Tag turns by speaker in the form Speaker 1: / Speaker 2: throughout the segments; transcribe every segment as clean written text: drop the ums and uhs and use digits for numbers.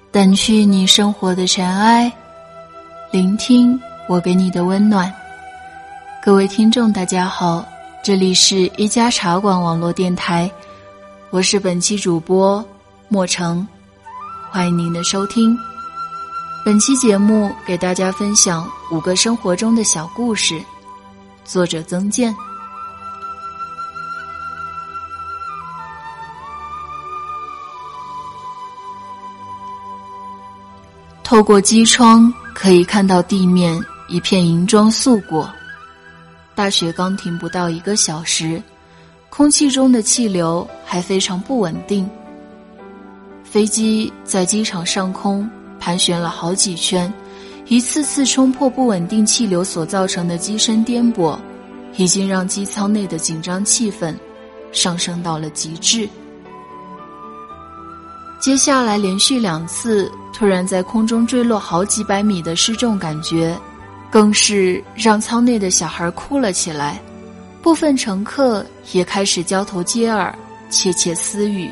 Speaker 1: 掸去你生活的尘埃，聆听我给你的温暖。各位听众大家好，这里是一家茶馆网络电台，我是本期主播莫成，欢迎您的收听。本期节目给大家分享5个生活中的小故事，作者曾健。透过机窗可以看到地面一片银装素裹，大雪刚停不到1个小时，空气中的气流还非常不稳定。飞机在机场上空盘旋了好几圈，一次次冲破不稳定气流所造成的机身颠簸，已经让机舱内的紧张气氛上升到了极致。接下来连续2次突然在空中坠落好几百米的失重感觉，更是让舱内的小孩哭了起来，部分乘客也开始交头接耳，窃窃私语。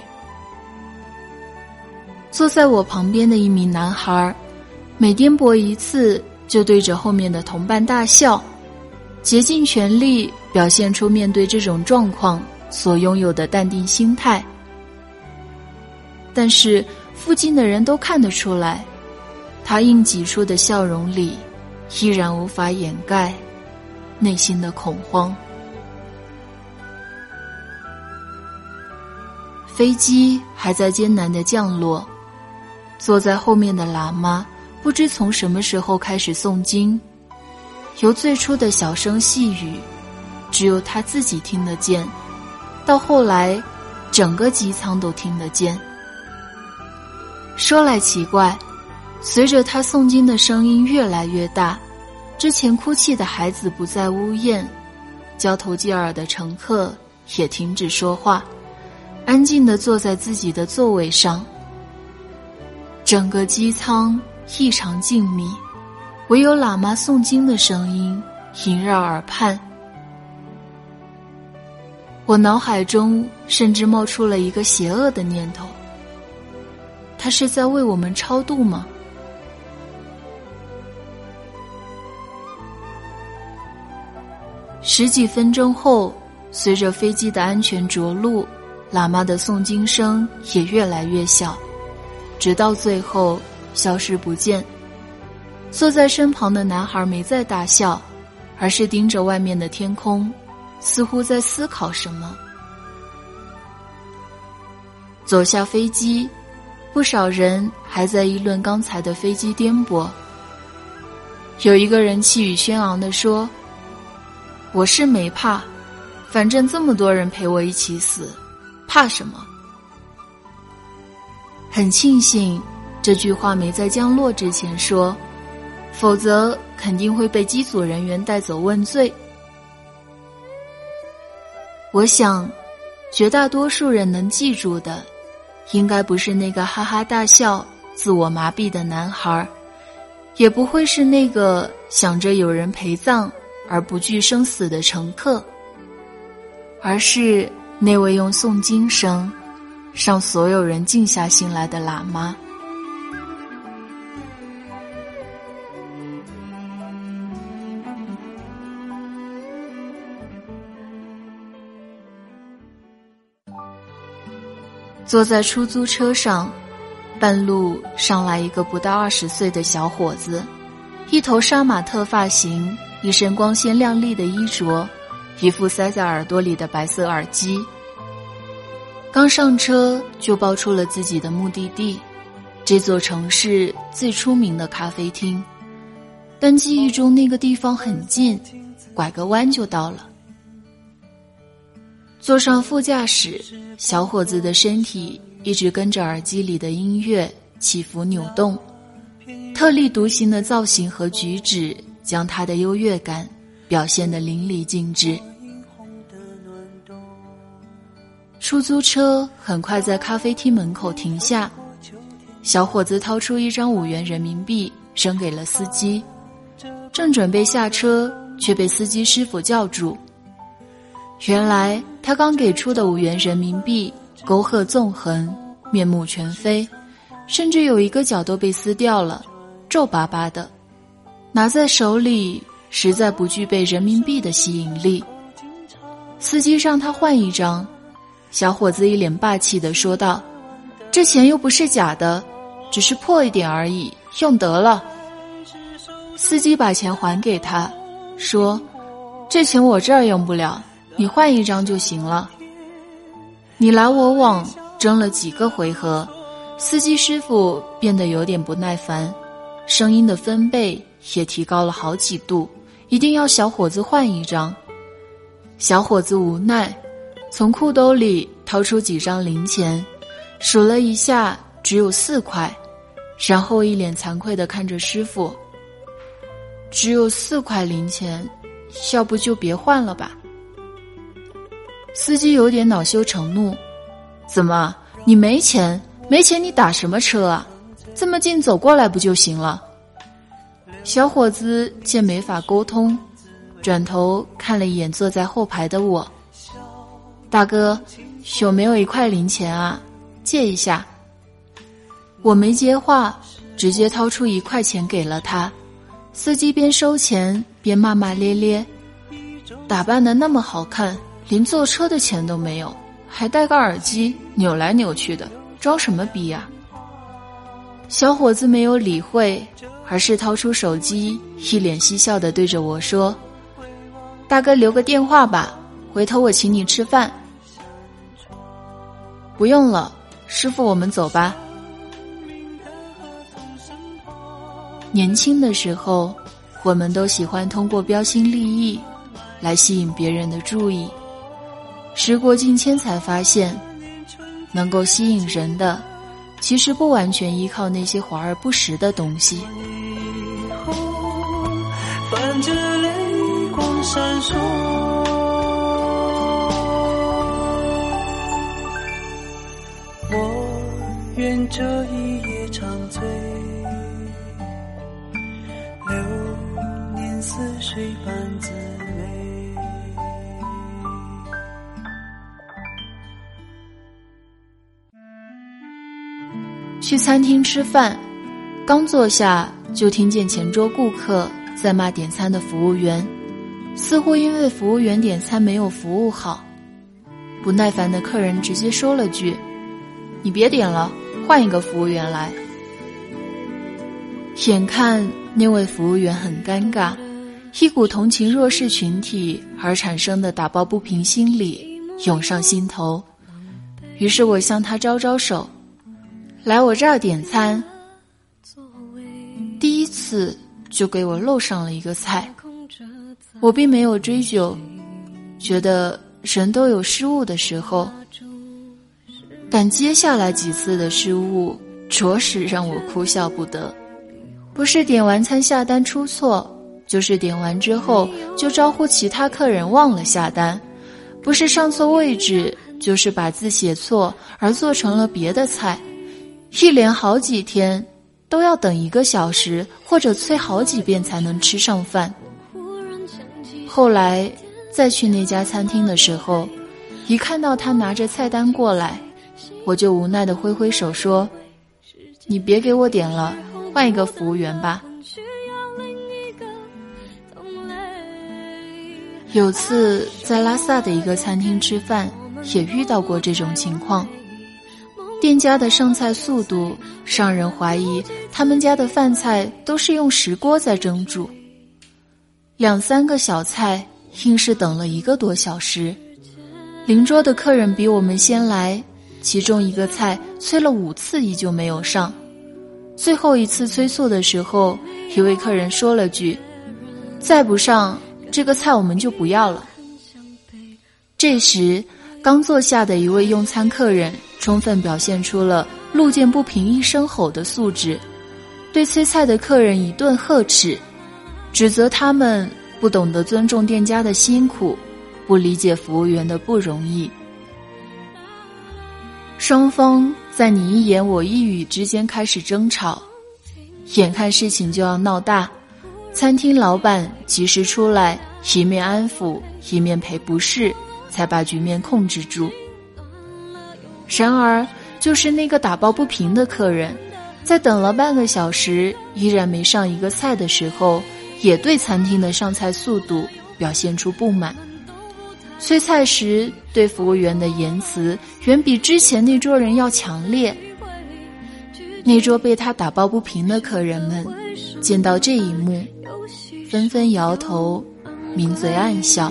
Speaker 1: 坐在我旁边的一名男孩，每颠簸一次就对着后面的同伴大笑，竭尽全力表现出面对这种状况所拥有的淡定心态。但是附近的人都看得出来，他硬挤出的笑容里依然无法掩盖内心的恐慌。飞机还在艰难地降落，坐在后面的喇嘛不知从什么时候开始诵经，由最初的小声细语，只有他自己听得见，到后来整个机舱都听得见。说来奇怪，随着他诵经的声音越来越大，之前哭泣的孩子不再呜咽，交头接耳的乘客也停止说话，安静地坐在自己的座位上。整个机舱异常静谧，唯有喇嘛诵经的声音萦绕耳畔。我脑海中甚至冒出了一个邪恶的念头，他是在为我们超度吗？10几分钟后，随着飞机的安全着陆，喇嘛的诵经声也越来越小，直到最后消失不见。坐在身旁的男孩没再大笑，而是盯着外面的天空，似乎在思考什么。走下飞机，不少人还在议论刚才的飞机颠簸。有一个人气宇轩昂地说，我是没怕，反正这么多人陪我一起死，怕什么？很庆幸这句话没在降落之前说，否则肯定会被机组人员带走问罪。我想绝大多数人能记住的，应该不是那个哈哈大笑自我麻痹的男孩，也不会是那个想着有人陪葬而不惧生死的乘客，而是那位用诵经声让所有人静下心来的喇嘛。坐在出租车上，半路上来一个不到20岁的小伙子，一头杀马特发型，一身光鲜亮丽的衣着，一副塞在耳朵里的白色耳机。刚上车就报出了自己的目的地，这座城市最出名的咖啡厅，但记忆中那个地方很近，拐个弯就到了。坐上副驾驶，小伙子的身体一直跟着耳机里的音乐起伏扭动，特立独行的造型和举止将他的优越感表现得淋漓尽致。出租车很快在咖啡厅门口停下，小伙子掏出1张5元人民币扔给了司机，正准备下车，却被司机师傅叫住。原来他刚给出的5元人民币沟壑纵横，面目全非， 甚至有一个角都被撕掉了，皱巴巴的，拿在手里实在不具备人民币的吸引力。司机让他换一张，小伙子一脸霸气地说道：“这钱又不是假的，只是破一点而已，用得了。”司机把钱还给他，说：“这钱我这儿用不了，你换一张就行了。”你来我往争了几个回合，司机师傅变得有点不耐烦，声音的分贝也提高了好几度，一定要小伙子换一张。小伙子无奈，从裤兜里掏出几张零钱，数了一下，只有4块，然后一脸惭愧地看着师傅：“只有4块零钱，要不就别换了吧。”司机有点恼羞成怒：“怎么，你没钱？没钱你打什么车啊？这么近走过来不就行了？”小伙子见没法沟通，转头看了一眼坐在后排的我：“大哥，有没有1块零钱啊？借一下。”我没接话，直接掏出1块钱给了他。司机边收钱边骂骂咧咧：“打扮得那么好看，连坐车的钱都没有，还戴个耳机扭来扭去的，装什么逼呀？”小伙子没有理会，而是掏出手机，一脸嬉笑地对着我说：“大哥留个电话吧，回头我请你吃饭。”“不用了，师傅我们走吧。”年轻的时候，我们都喜欢通过标新立异来吸引别人的注意。时过境迁才发现，能够吸引人的其实不完全依靠那些华而不实的东西。
Speaker 2: 泛着泪光闪烁，我愿这一夜长醉，流年似水般滋味。
Speaker 1: 去餐厅吃饭，刚坐下就听见前桌顾客在骂点餐的服务员，似乎因为服务员点餐没有服务好。不耐烦的客人直接说了句：“你别点了，换一个服务员来。”眼看那位服务员很尴尬，一股同情弱势群体而产生的打抱不平心理涌上心头，于是我向他招招手：“来我这儿点餐。”第一次就给我漏上了一个菜，我并没有追究，觉得人都有失误的时候，但接下来几次的失误着实让我哭笑不得。不是点完餐下单出错，就是点完之后就招呼其他客人忘了下单，不是上错位置，就是把字写错而做成了别的菜，一连好几天都要等1个小时或者催好几遍才能吃上饭。后来再去那家餐厅的时候，一看到他拿着菜单过来，我就无奈地挥挥手说：“你别给我点了，换一个服务员吧。”有次在拉萨的一个餐厅吃饭，也遇到过这种情况。店家的上菜速度让人怀疑他们家的饭菜都是用石锅在蒸煮，2、3个小菜硬是等了1个多小时。邻桌的客人比我们先来，其中一个菜催了5次依旧没有上。最后一次催促的时候，一位客人说了句：“再不上，这个菜我们就不要了。”这时刚坐下的一位用餐客人充分表现出了路见不平一声吼的素质，对催菜的客人一顿呵斥，指责他们不懂得尊重店家的辛苦，不理解服务员的不容易。双方在你一言我一语之间开始争吵，眼看事情就要闹大，餐厅老板及时出来，一面安抚一面赔不是，才把局面控制住。然而就是那个打抱不平的客人， 在等了半个小时依然没上一个菜的时候，也对餐厅的上菜速度表现出不满。催菜时对服务员的言辞远比之前那桌人要强烈。那桌被他打抱不平的客人们见到这一幕，纷纷摇头，抿嘴暗笑。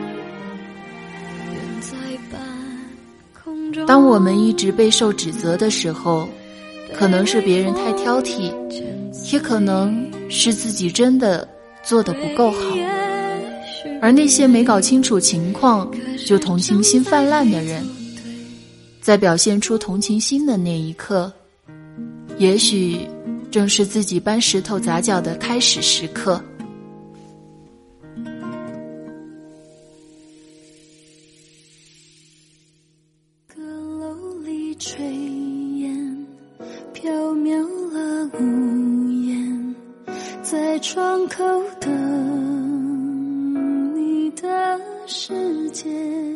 Speaker 1: 当我们一直备受指责的时候，可能是别人太挑剔，也可能是自己真的做得不够好。而那些没搞清楚情况就同情心泛滥的人，在表现出同情心的那一刻，也许正是自己搬石头砸脚的开始时刻。
Speaker 2: 阁楼里炊烟飘渺了屋檐，在窗口等你的世界。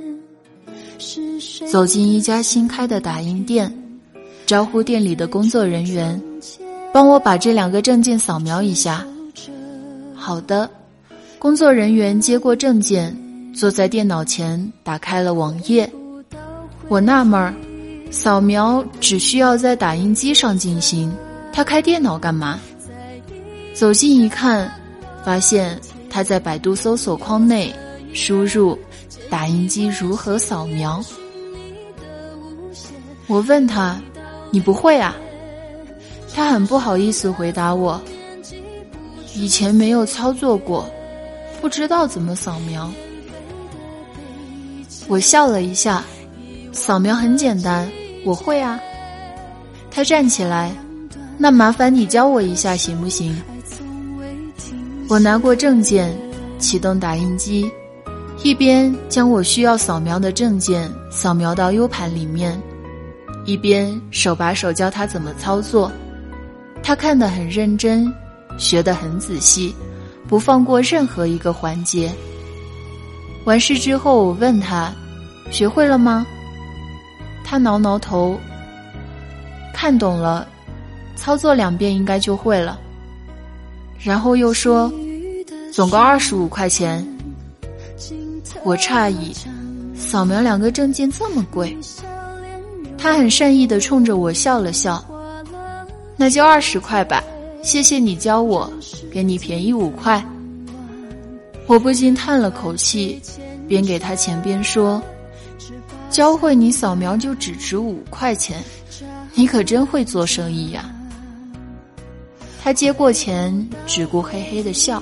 Speaker 1: 走进一家新开的打印店，招呼店里的工作人员帮我把这2个证件扫描一下。好的，工作人员接过证件，坐在电脑前打开了网页。我纳闷儿，扫描只需要在打印机上进行，他开电脑干嘛？走近一看，发现他在百度搜索框内输入打印机如何扫描。我问他，你不会啊？他很不好意思回答我，以前没有操作过，不知道怎么扫描。我笑了一下，扫描很简单，我会啊。他站起来，那麻烦你教我一下行不行？我拿过证件，启动打印机，一边将我需要扫描的证件扫描到 U 盘里面，一边手把手教他怎么操作。他看得很认真，学得很仔细，不放过任何一个环节。完事之后，我问他，学会了吗？他挠挠头，看懂了，操作2遍应该就会了。然后又说，总共25块钱。我诧异，扫描2个证件这么贵？他很善意地冲着我笑了笑，那就20块吧，谢谢你教我，给你便宜5块。我不禁叹了口气，边给他钱边说，教会你扫描就只值5块钱，你可真会做生意呀。他接过钱，只顾嘿嘿地笑。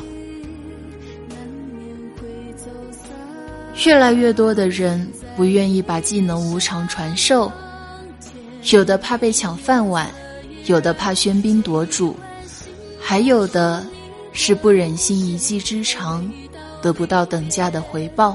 Speaker 1: 越来越多的人不愿意把技能无偿传授，有的怕被抢饭碗，有的怕喧宾夺主，还有的是不忍心一技之长得不到等价的回报。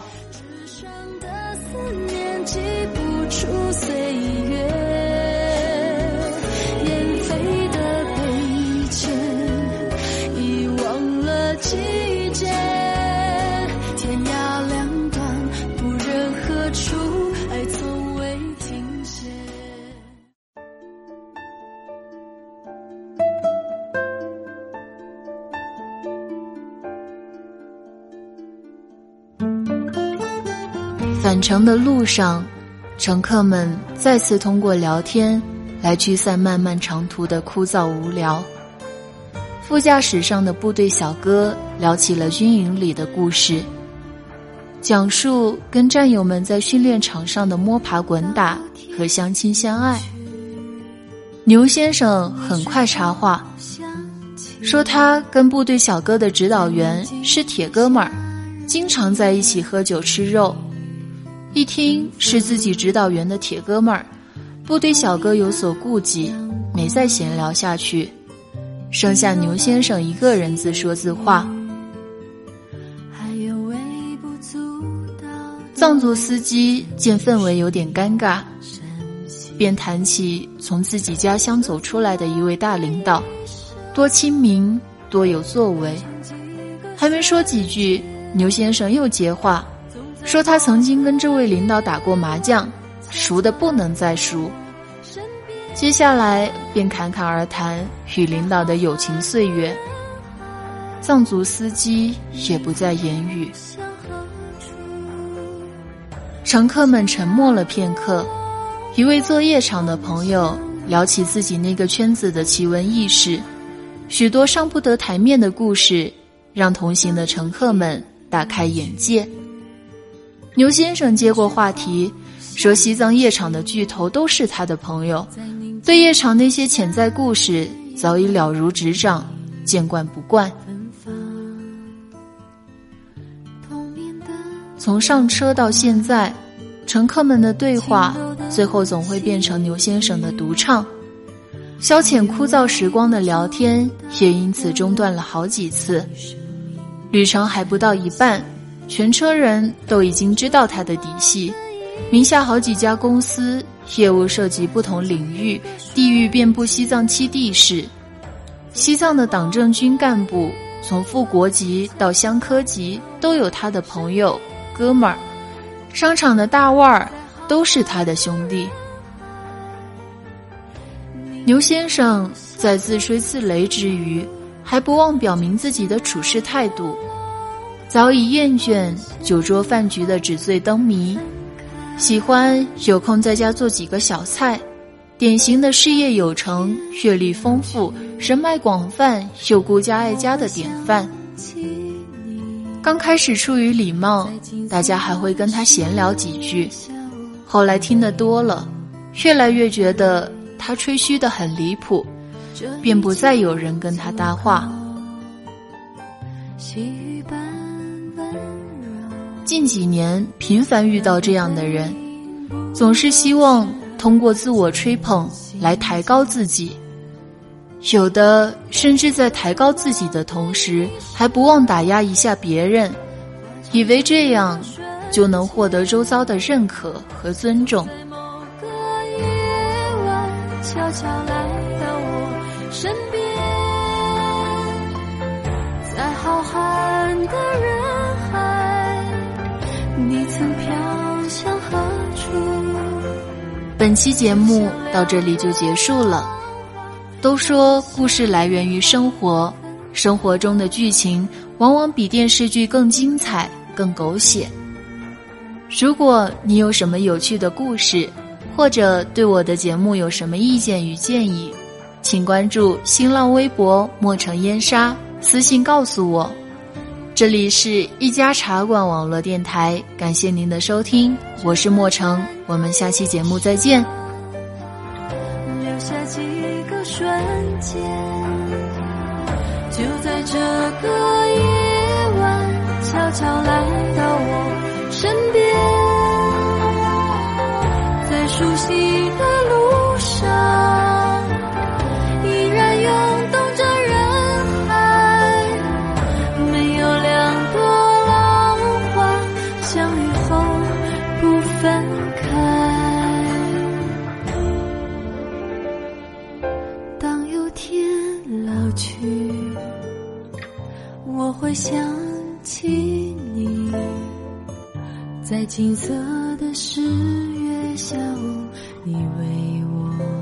Speaker 1: 返程的路上，乘客们再次通过聊天来驱散漫漫长途的枯燥无聊。副驾驶上的部队小哥聊起了军营里的故事，讲述跟战友们在训练场上的摸爬滚打和相亲相爱。牛先生很快插话，说他跟部队小哥的指导员是铁哥们儿，经常在一起喝酒吃肉。一听是自己指导员的铁哥们儿，部队小哥有所顾忌，没再闲聊下去，剩下牛先生一个人自说自话。藏族司机见氛围有点尴尬，便谈起从自己家乡走出来的一位大领导，多亲民，多有作为。还没说几句，牛先生又接话，说他曾经跟这位领导打过麻将，熟得不能再熟。 接下来便侃侃而谈与领导的友情岁月，藏族司机也不再言语。乘客们沉默了片刻，一位做夜场的朋友聊起自己那个圈子的奇闻异事，许多上不得台面的故事让同行的乘客们大开眼界。牛先生接过话题，说西藏夜场的巨头都是他的朋友，对夜场那些潜在故事早已了如指掌，见惯不惯。从上车到现在，乘客们的对话最后总会变成牛先生的独唱，消遣枯燥时光的聊天也因此中断了好几次。旅程还不到一半，全车人都已经知道他的底细，名下好几家公司，业务涉及不同领域，地域遍布西藏7地市。西藏的党政军干部从副国级到乡科级都有他的朋友哥们儿，商场的大腕儿都是他的兄弟。牛先生在自吹自擂之余，还不忘表明自己的处事态度，早已厌倦酒桌饭局的纸醉灯迷，喜欢有空在家做几个小菜，典型的事业有成、阅历丰富、人脉广泛又顾家爱家的典范。刚开始出于礼貌，大家还会跟他闲聊几句，后来听得多了，越来越觉得他吹嘘得很离谱，便不再有人跟他搭话。近几年频繁遇到这样的人，总是希望通过自我吹捧来抬高自己，有的甚至在抬高自己的同时，还不忘打压一下别人，以为这样就能获得周遭的认可和尊重。
Speaker 3: 悄悄来到我身边，在浩瀚的人海，你曾飘向何处？
Speaker 1: 本期节目到这里就结束了。都说故事来源于生活，生活中的剧情往往比电视剧更精彩、更狗血。如果你有什么有趣的故事，或者对我的节目有什么意见与建议，请关注新浪微博墨城烟沙，私信告诉我。这里是一家茶馆网络电台，感谢您的收听，我是墨城，我们下期节目再见。
Speaker 3: 留下几个瞬间，就在这个夜晚，悄悄来到我身边，在熟悉的路上，依然涌动着人海，没有两朵浪花相遇后不分开。当有天老去，我会想起你，在金色的10月下午，你为我